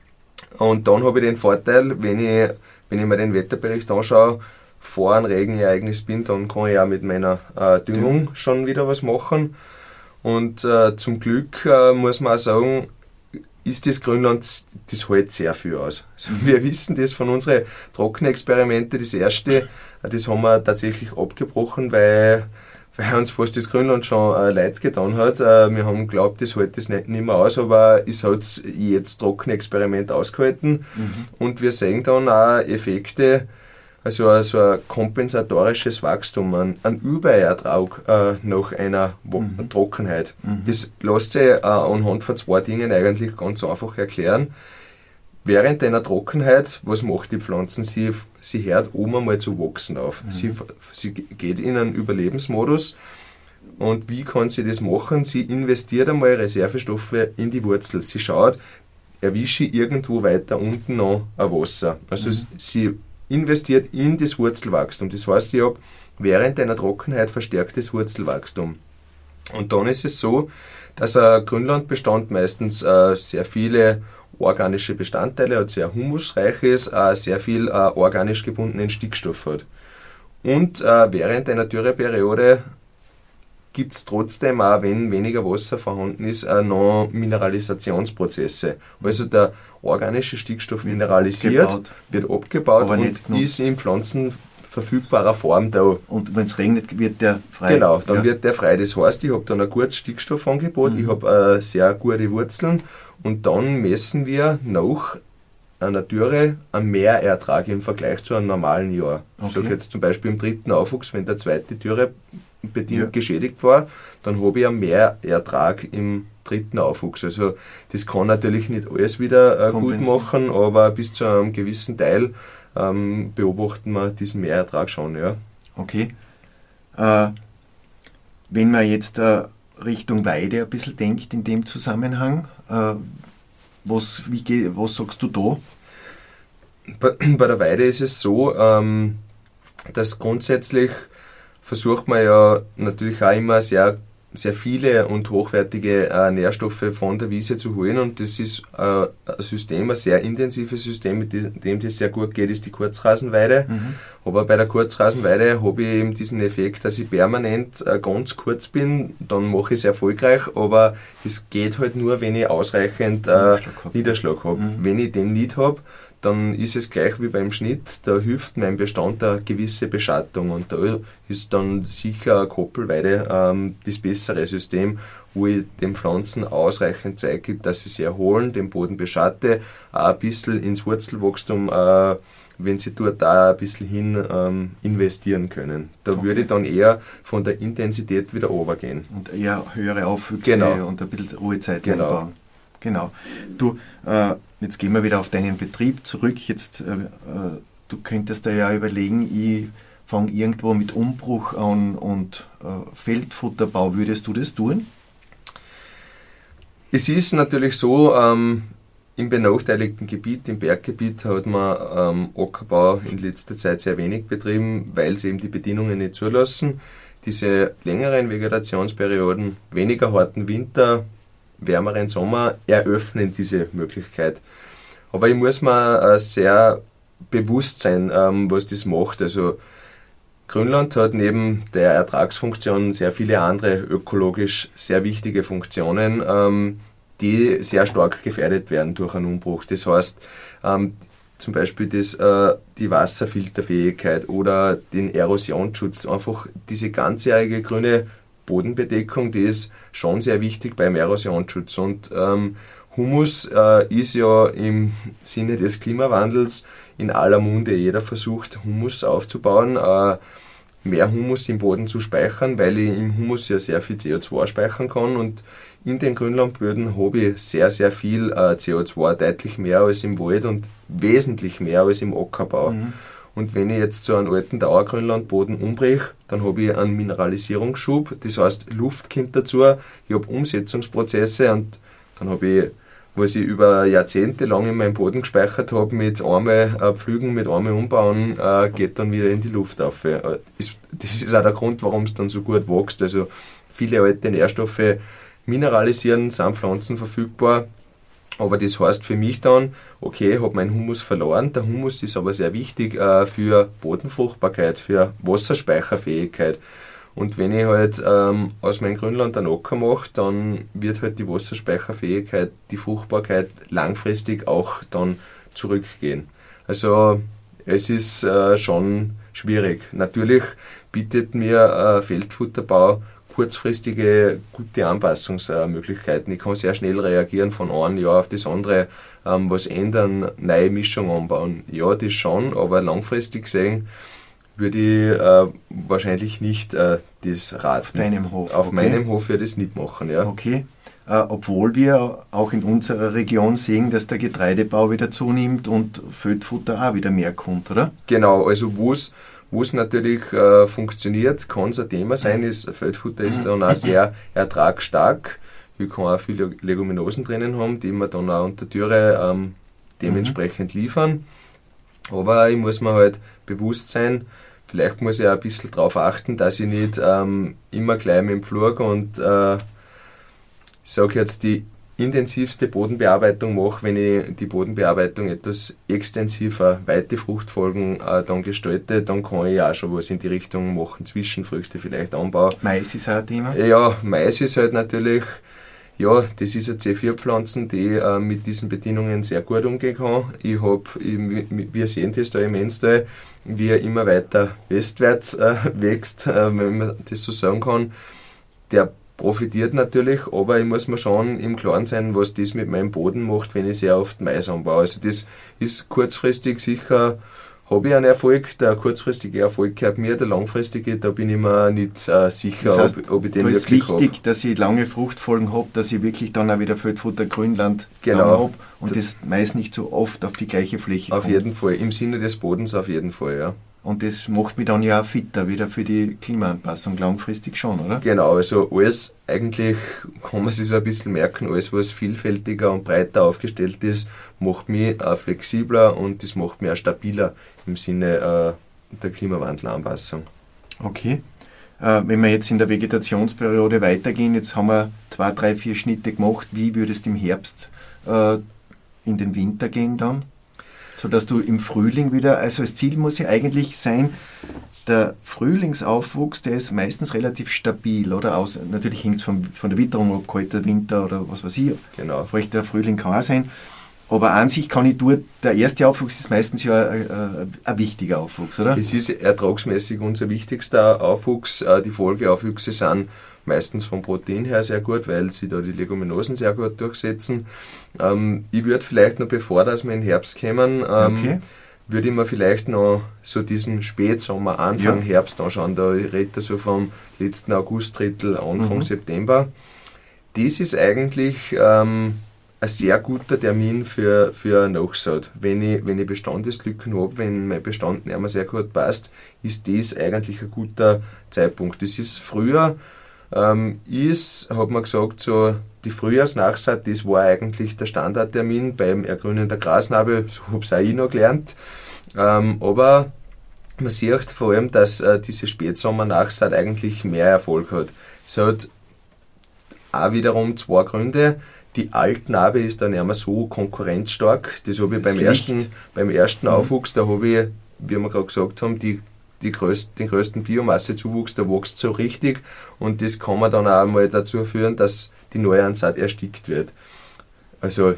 Speaker 2: Und dann habe ich den Vorteil, wenn ich mir den Wetterbericht anschaue, vor einem Regenereignis bin, dann kann ich auch mit meiner Düngung schon wieder was machen. Und zum Glück muss man auch sagen, ist das Grünland, das hält sehr viel aus. Also wir wissen das von unseren Trockenexperimente. Das erste, das haben wir tatsächlich abgebrochen, weil uns fast das Grünland schon leid getan hat. Wir haben geglaubt, das hält das nicht mehr aus, aber es hat jetzt Trockenexperiment ausgehalten. Und wir sehen dann auch Effekte, Also so ein kompensatorisches Wachstum, ein Überertrag nach einer Trockenheit. Das lässt sich anhand von zwei Dingen eigentlich ganz einfach erklären. Während einer Trockenheit, was macht die Pflanzen? Sie hört oben einmal zu wachsen auf. Sie geht in einen Überlebensmodus. Und wie kann sie das machen? Sie investiert einmal Reservestoffe in die Wurzel. Sie schaut, erwische ich irgendwo weiter unten noch ein Wasser. Also sie investiert in das Wurzelwachstum. Das heißt, ich habe während einer Trockenheit verstärktes Wurzelwachstum. Und dann ist es so, dass ein Grünlandbestand meistens sehr viele organische Bestandteile hat, sehr humusreich ist, sehr viel organisch gebundenen Stickstoff hat. Und während einer Dürreperiode gibt es trotzdem, auch wenn weniger Wasser vorhanden ist, noch Mineralisationsprozesse. Also der organische Stickstoff mineralisiert, wird abgebaut
Speaker 1: aber
Speaker 2: und ist in pflanzenverfügbarer Form da.
Speaker 1: Und wenn es regnet, wird der frei?
Speaker 2: Genau, dann wird der frei. Das heißt, ich habe dann ein gutes Stickstoffangebot, ich habe sehr gute Wurzeln und dann messen wir nach einer Dürre einen Mehrertrag im Vergleich zu einem normalen Jahr. Ich sage jetzt zum Beispiel im dritten Aufwuchs, wenn der zweite Dürre bedingt geschädigt war, dann habe ich einen Mehrertrag im dritten Aufwuchs. Also das kann natürlich nicht alles wieder gut machen, aber bis zu einem gewissen Teil beobachten wir diesen Mehrertrag schon. Ja.
Speaker 1: Okay. Wenn man jetzt Richtung Weide ein bisschen denkt in dem Zusammenhang, was sagst du da?
Speaker 2: Bei der Weide ist es so, dass grundsätzlich versucht man ja natürlich auch immer sehr, sehr viele und hochwertige Nährstoffe von der Wiese zu holen und das ist ein System, ein sehr intensives System, mit dem das sehr gut geht, ist die Kurzrasenweide. Aber bei der Kurzrasenweide habe ich eben diesen Effekt, dass ich permanent ganz kurz bin, dann mache ich es erfolgreich, aber es geht halt nur, wenn ich ausreichend Niederschlag habe. Wenn ich den nicht habe, dann ist es gleich wie beim Schnitt, da hilft meinem Bestand eine gewisse Beschattung und da ist dann sicher eine Koppelweide das bessere System, wo ich den Pflanzen ausreichend Zeit gebe, dass sie sich erholen, den Boden beschatte, auch ein bisschen ins Wurzelwachstum, wenn sie dort da ein bisschen hin investieren können. Da würde ich dann eher von der Intensität wieder runtergehen.
Speaker 1: Und eher höhere Aufwüchse und ein bisschen Ruhezeit einbauen. Genau. Du, jetzt gehen wir wieder auf deinen Betrieb zurück. Jetzt, du könntest dir ja überlegen, ich fange irgendwo mit Umbruch an und Feldfutterbau. Würdest du das tun?
Speaker 2: Es ist natürlich so, im benachteiligten Gebiet, im Berggebiet, hat man Ackerbau in letzter Zeit sehr wenig betrieben, weil sie eben die Bedingungen nicht zulassen. Diese längeren Vegetationsperioden, weniger harten Winter, wärmeren Sommer eröffnen diese Möglichkeit. Aber ich muss mir sehr bewusst sein, was das macht. Also Grünland hat neben der Ertragsfunktion sehr viele andere ökologisch sehr wichtige Funktionen, die sehr stark gefährdet werden durch einen Umbruch. Das heißt, zum Beispiel die Wasserfilterfähigkeit oder den Erosionsschutz, einfach diese ganzjährige grüne Bodenbedeckung, die ist schon sehr wichtig beim Erosionsschutz. Und Humus ist ja im Sinne des Klimawandels in aller Munde. Jeder versucht, Humus aufzubauen, mehr Humus im Boden zu speichern, weil ich im Humus ja sehr viel CO2 speichern kann. Und in den Grünlandböden habe ich sehr, sehr viel CO2, deutlich mehr als im Wald und wesentlich mehr als im Ackerbau. Und wenn ich jetzt so einen alten Dauergrünlandboden umbreche, dann habe ich einen Mineralisierungsschub, das heißt Luft kommt dazu, ich habe Umsetzungsprozesse und dann habe ich, was ich über Jahrzehnte lang in meinem Boden gespeichert habe, mit einmal pflügen, mit einmal umbauen, geht dann wieder in die Luft auf. Das ist auch der Grund, warum es dann so gut wächst. Also viele alte Nährstoffe mineralisieren, sind Pflanzen verfügbar. Aber das heißt für mich dann, okay, ich habe meinen Humus verloren. Der Humus ist aber sehr wichtig für Bodenfruchtbarkeit, für Wasserspeicherfähigkeit. Und wenn ich halt aus meinem Grünland einen Acker mache, dann wird halt die Wasserspeicherfähigkeit, die Fruchtbarkeit langfristig auch dann zurückgehen. Also es ist schon schwierig. Natürlich bietet mir Feldfutterbau kurzfristige, gute Anpassungsmöglichkeiten. Ich kann sehr schnell reagieren von einem Jahr auf das andere, was ändern, neue Mischung anbauen. Ja, das schon, aber langfristig gesehen würde ich wahrscheinlich nicht das raten.
Speaker 1: Auf deinem Hof?
Speaker 2: Auf meinem Hof würde ich das nicht machen, ja.
Speaker 1: Okay. Obwohl wir auch in unserer Region sehen, dass der Getreidebau wieder zunimmt und Feldfutter auch wieder mehr kommt, oder?
Speaker 2: Genau, also wo es natürlich funktioniert, kann es ein Thema sein. Feldfutter ist dann auch sehr ertragsstark. Ich kann auch viele Leguminosen drinnen haben, die wir dann auch unter Dürre dementsprechend liefern. Aber ich muss mir halt bewusst sein, vielleicht muss ich auch ein bisschen darauf achten, dass ich nicht immer gleich mit dem Pflug und ich sage jetzt die intensivste Bodenbearbeitung mache, wenn ich die Bodenbearbeitung etwas extensiver, weite Fruchtfolgen dann gestalte, dann kann ich auch schon was in die Richtung machen, Zwischenfrüchte vielleicht anbauen.
Speaker 1: Mais ist auch ein Thema?
Speaker 2: Ja, Mais ist halt natürlich, ja, das ist eine C4-Pflanzen, die mit diesen Bedingungen sehr gut umgehen kann. Wir sehen das da im Enstal, wie er immer weiter westwärts wächst, wenn man das so sagen kann. Der profitiert natürlich, aber ich muss mir schon im Klaren sein, was das mit meinem Boden macht, wenn ich sehr oft Mais anbaue. Also das ist kurzfristig sicher, habe ich einen Erfolg, der kurzfristige Erfolg gehört mir, der langfristige, da bin ich mir nicht sicher,
Speaker 1: das heißt,
Speaker 2: ob ich den
Speaker 1: wirklich habe. Es ist wichtig,
Speaker 2: hab.
Speaker 1: dass ich lange Fruchtfolgen habe, dass ich wirklich dann auch wieder Feldfutter Grünland
Speaker 2: Genau.
Speaker 1: habe und das Mais nicht so oft auf die gleiche Fläche kommt.
Speaker 2: Auf jeden Fall, im Sinne des Bodens auf jeden Fall, ja.
Speaker 1: Und das macht mich dann ja auch fitter wieder für die Klimaanpassung, langfristig schon, oder?
Speaker 2: Genau, also alles, eigentlich kann man sich so ein bisschen merken, alles was vielfältiger und breiter aufgestellt ist, macht mich auch flexibler und das macht mich auch stabiler im Sinne der Klimawandelanpassung.
Speaker 1: Okay. Wenn wir jetzt in der Vegetationsperiode weitergehen, jetzt haben wir 2, 3, 4 Schnitte gemacht, wie würdest du im Herbst in den Winter gehen dann? Sodass du im Frühling wieder, also das Ziel muss ja eigentlich sein, der Frühlingsaufwuchs, der ist meistens relativ stabil, oder? Natürlich hängt es von der Witterung ab, kalter Winter oder was weiß ich.
Speaker 2: Genau.
Speaker 1: Feuchter Frühling kann auch sein. Aber an sich kann ich der erste Aufwuchs ist meistens ja ein wichtiger Aufwuchs, oder?
Speaker 2: Es ist ertragsmäßig unser wichtigster Aufwuchs. Die Folgeaufwüchse sind meistens vom Protein her sehr gut, weil sie da die Leguminosen sehr gut durchsetzen. Ich würde vielleicht noch, bevor dass wir in den Herbst kommen, würde ich mir vielleicht noch so diesen Spätsommer, Anfang Herbst anschauen. Da redet er so vom letzten Augustdrittel, Anfang September. Das ist eigentlich ein sehr guter Termin für Nachsaat. Wenn ich Bestandeslücken habe, wenn mein Bestand nicht mehr sehr gut passt, ist das eigentlich ein guter Zeitpunkt. Das ist früher, hat man gesagt, so die Frühjahrsnachsaat, das war eigentlich der Standardtermin beim Ergrünen der Grasnarbe, so habe es auch ich noch gelernt. Aber man sieht vor allem, dass diese Spätsommer-Nachsaat eigentlich mehr Erfolg hat. Es hat auch wiederum 2 Gründe. Die Altnarbe ist dann nicht mehr so konkurrenzstark. Das habe ich beim ersten Aufwuchs, da habe ich, wie wir gerade gesagt haben, den größten Biomassezuwuchs, der wächst so richtig und das kann man dann auch mal dazu führen, dass die Neuansaat erstickt wird. Also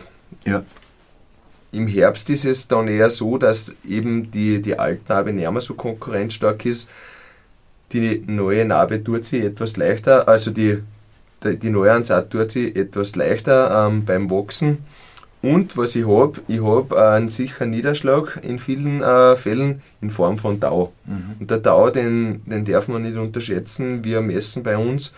Speaker 2: im Herbst ist es dann eher so, dass eben die Altnarbe nicht mehr so konkurrenzstark ist. Die neue Narbe tut sich etwas leichter, also die Neuansaat tut sich etwas leichter beim Wachsen. Und was ich habe einen sicheren Niederschlag in vielen Fällen in Form von Tau. Und der Tau, den darf man nicht unterschätzen. Wir messen bei uns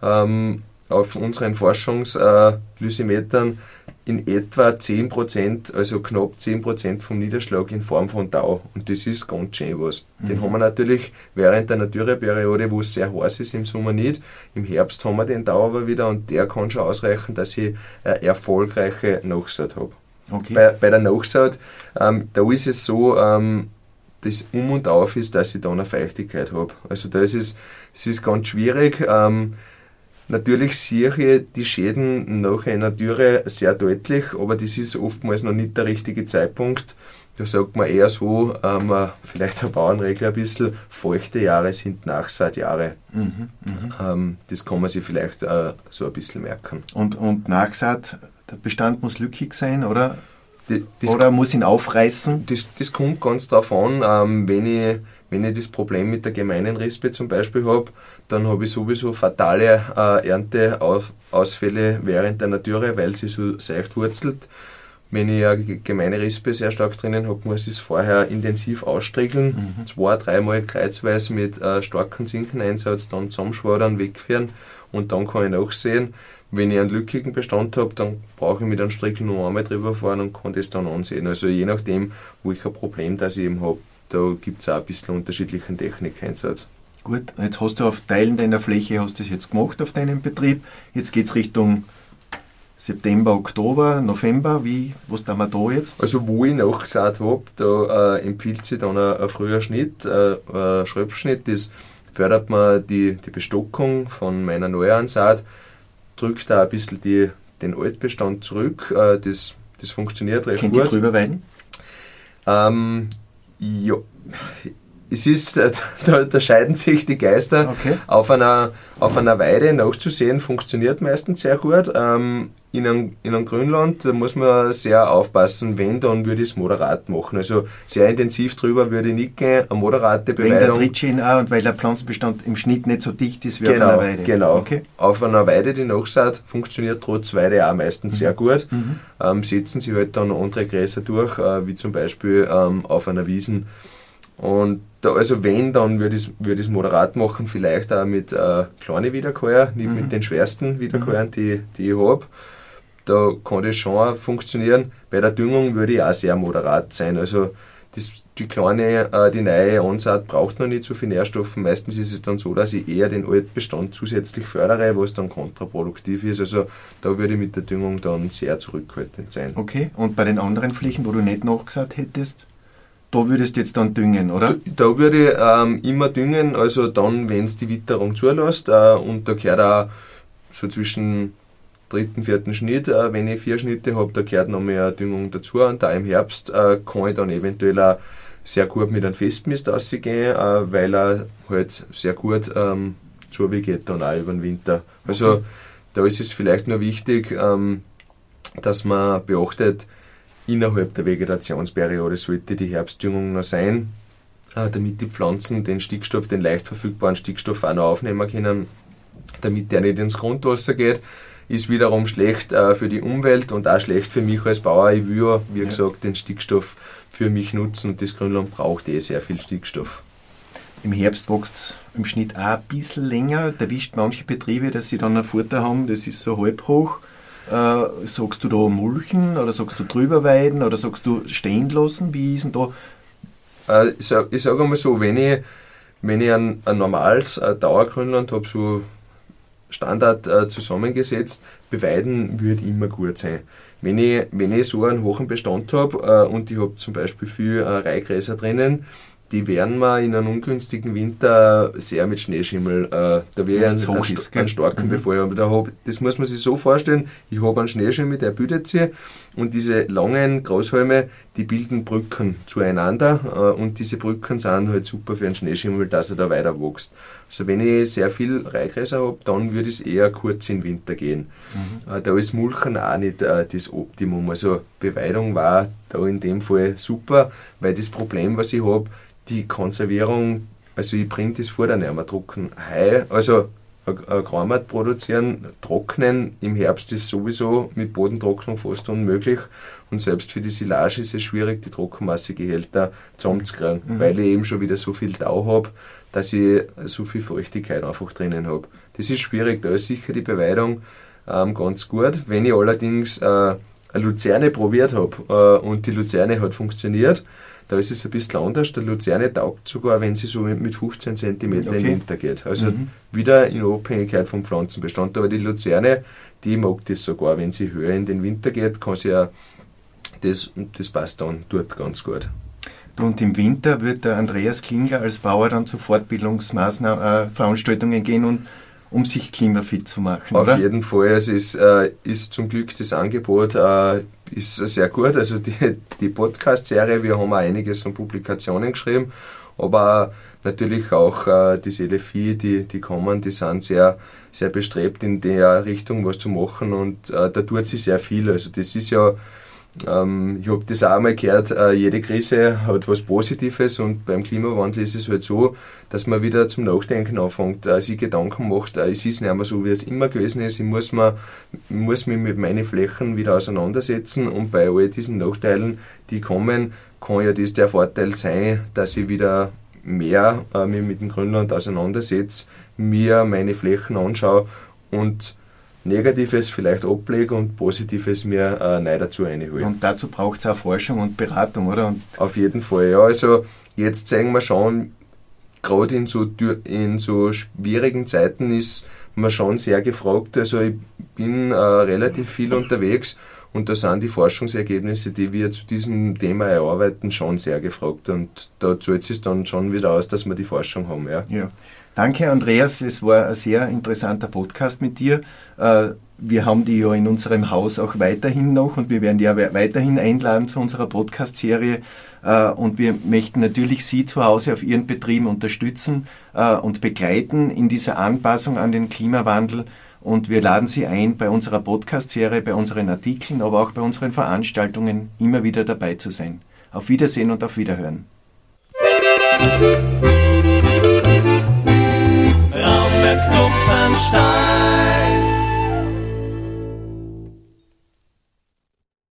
Speaker 2: auf unseren Forschungslysimetern in etwa 10%, also knapp 10% vom Niederschlag in Form von Tau. Und das ist ganz schön was. Den haben wir natürlich während der Dürreperiode, wo es sehr heiß ist, im Sommer nicht. Im Herbst haben wir den Tau aber wieder und der kann schon ausreichen, dass ich eine erfolgreiche Nachsaat habe.
Speaker 1: Okay.
Speaker 2: Bei der Nachsaat, da ist es so, das Um und Auf ist, dass ich da eine Feuchtigkeit habe. Also das ist ganz schwierig. Natürlich sehe ich die Schäden nach einer Dürre sehr deutlich, aber das ist oftmals noch nicht der richtige Zeitpunkt. Da sagt man eher so, vielleicht eine Bauernregel ein bisschen, feuchte Jahre sind Nachsaatjahre. Das kann man sich vielleicht so ein bisschen merken.
Speaker 1: Und Nachsaat, der Bestand muss lückig sein, oder? Oder muss ihn aufreißen?
Speaker 2: Das kommt ganz drauf an. Wenn ich das Problem mit der gemeinen Rispe zum Beispiel habe, dann habe ich sowieso fatale Ernteausfälle während der Dürre, weil sie so seicht wurzelt. Wenn ich eine gemeine Rispe sehr stark drinnen habe, muss ich es vorher intensiv ausstrickeln, 2-3 Mal kreuzweise mit starkem Zinkeneinsatz, dann zusammenschwadern, wegführen und dann kann ich nachsehen. Wenn ich einen lückigen Bestand habe, dann brauche ich mit einem Strickel noch einmal drüber fahren und kann das dann ansehen. Also je nachdem, welches Problem das ich eben habe, da gibt es auch ein bisschen unterschiedlichen Technikeinsatz.
Speaker 1: Gut, jetzt hast du auf Teilen deiner Fläche hast das jetzt gemacht auf deinem Betrieb. Jetzt geht es Richtung September, Oktober, November. Was tun wir da jetzt?
Speaker 2: Also wo ich nachgesät habe, da empfiehlt sich dann ein früher Schnitt, ein Schröpfschnitt. Das fördert mir die Bestockung von meiner Neuansaat, drückt da ein bisschen den Altbestand zurück. Das funktioniert recht gut.
Speaker 1: Könnt ihr drüber weiden?
Speaker 2: Ja, es ist, da scheiden sich die Geister.
Speaker 1: Okay.
Speaker 2: Auf einer Weide nachzusehen funktioniert meistens sehr gut. In einem Grünland, da muss man sehr aufpassen. Wenn, dann würde ich es moderat machen. Also sehr intensiv drüber würde ich nicht gehen. Eine moderate Beweidung.
Speaker 1: Wegen der Trittschäden auch und weil der Pflanzenbestand im Schnitt nicht so dicht ist wie auf einer Weide.
Speaker 2: Genau.
Speaker 1: Okay.
Speaker 2: Auf einer Weide, die Nachsaat, funktioniert trotz Weide auch meistens sehr gut. Setzen sie halt dann andere Gräser durch, wie zum Beispiel auf einer Wiesen. Und also wenn, dann würde ich es moderat machen, vielleicht auch mit kleinen Wiederkäuer, nicht mit den schwersten Wiederkäuern, die ich habe. Da kann das schon funktionieren. Bei der Düngung würde ich auch sehr moderat sein. Also die neue Ansaat braucht noch nicht so viel Nährstoffe. Meistens ist es dann so, dass ich eher den Altbestand zusätzlich fördere, was dann kontraproduktiv ist. Also da würde ich mit der Düngung dann sehr zurückhaltend sein.
Speaker 1: Okay, und bei den anderen Flächen, wo du nicht nachgesagt hättest, da würdest du jetzt dann düngen, oder?
Speaker 2: Da würde ich immer düngen, also dann, wenn es die Witterung zulässt. Und da gehört auch so zwischen 3., 4. Schnitt, wenn ich 4 Schnitte habe, da gehört noch mehr Düngung dazu. Und da im Herbst kann ich dann eventuell auch sehr gut mit einem Festmist rausgehen, weil er halt sehr gut zugeht dann auch über den Winter. Also okay. Da ist es vielleicht nur wichtig, dass man beachtet, innerhalb der Vegetationsperiode sollte die Herbstdüngung noch sein, damit die Pflanzen den leicht verfügbaren Stickstoff auch noch aufnehmen können, damit der nicht ins Grundwasser geht. Ist wiederum schlecht für die Umwelt und auch schlecht für mich als Bauer. Ich will ja, wie gesagt, den Stickstoff für mich nutzen und das Grünland braucht sehr viel Stickstoff.
Speaker 1: Im Herbst wächst es im Schnitt auch ein bisschen länger. Da erwischt manche Betriebe, dass sie dann einen Vorteil haben, das ist so halb hoch. Sagst du da mulchen oder sagst du drüber weiden oder sagst du stehen lassen? Wie ist denn da?
Speaker 2: Ich sage einmal so, wenn ich ein normales Dauergrünland habe, so Standard zusammengesetzt, beweiden würde immer gut sein. Wenn ich so einen hohen Bestand habe und ich habe zum Beispiel viel Reihgräser drinnen, die werden mir in einem ungünstigen Winter sehr mit Schneeschimmel, da wäre einen starken Befall. Aber das muss man sich so vorstellen, ich habe einen Schneeschimmel, der bildet sich und diese langen Grashalme, die bilden Brücken zueinander und diese Brücken sind halt super für einen Schneeschimmel, dass er da weiter wächst. Also wenn ich sehr viel Reihgräser habe, dann würde es eher kurz im Winter gehen. Da ist Mulchen auch nicht das Optimum. Also Beweidung war da in dem Fall super, weil das Problem, was ich habe, die Konservierung, also ich bringe das vor, dann nicht mehr trocken. Heu, also ein Graumat produzieren, trocknen im Herbst ist sowieso mit Bodentrocknung fast unmöglich und selbst für die Silage ist es schwierig, die Trockenmassegehälter zusammenzukriegen, weil ich eben schon wieder so viel Tau habe, dass ich so viel Feuchtigkeit einfach drinnen habe. Das ist schwierig, da ist sicher die Beweidung ganz gut. Wenn ich allerdings eine Luzerne probiert habe und die Luzerne hat funktioniert, da ist es ein bisschen anders. Der Luzerne taugt sogar, wenn sie so mit 15 cm im Winter geht. Also wieder in Abhängigkeit vom Pflanzenbestand. Aber die Luzerne, die mag das sogar, wenn sie höher in den Winter geht, kann sie ja, das passt dann dort ganz gut.
Speaker 1: Und im Winter wird der Andreas Klingler als Bauer dann zu Fortbildungsveranstaltungen gehen, um sich klimafit zu machen,
Speaker 2: Auf
Speaker 1: oder?
Speaker 2: jeden Fall. Es ist zum Glück das Angebot ist sehr gut. Also die Podcast-Serie, wir haben auch einiges von Publikationen geschrieben, aber natürlich auch die Selefie, die kommen, die sind sehr, sehr bestrebt in der Richtung was zu machen und da tut sich sehr viel. Also das ist ja Ich habe das auch einmal gehört, jede Krise hat was Positives und beim Klimawandel ist es halt so, dass man wieder zum Nachdenken anfängt, sich Gedanken macht, es ist nicht mehr so, wie es immer gewesen ist, ich muss mich mit meinen Flächen wieder auseinandersetzen und bei all diesen Nachteilen, die kommen, kann ja das der Vorteil sein, dass ich wieder mehr mich mit dem Grünland auseinandersetze, mir meine Flächen anschaue und Negatives vielleicht ablege und Positives mir neu dazu reinhole.
Speaker 1: Und dazu braucht es auch Forschung und Beratung, oder? Und
Speaker 2: auf jeden Fall, ja. Also jetzt zeigen wir schon, gerade in so schwierigen Zeiten ist man schon sehr gefragt. Also ich bin relativ viel unterwegs und da sind die Forschungsergebnisse, die wir zu diesem Thema erarbeiten, schon sehr gefragt. Und da zahlt es dann schon wieder aus, dass wir die Forschung haben. Ja.
Speaker 1: Ja. Danke, Andreas. Es war ein sehr interessanter Podcast mit dir. Wir haben die ja in unserem Haus auch weiterhin noch und wir werden die ja weiterhin einladen zu unserer Podcast-Serie. Und wir möchten natürlich Sie zu Hause auf Ihren Betrieben unterstützen und begleiten in dieser Anpassung an den Klimawandel. Und wir laden Sie ein, bei unserer Podcast-Serie, bei unseren Artikeln, aber auch bei unseren Veranstaltungen immer wieder dabei zu sein. Auf Wiedersehen und auf Wiederhören.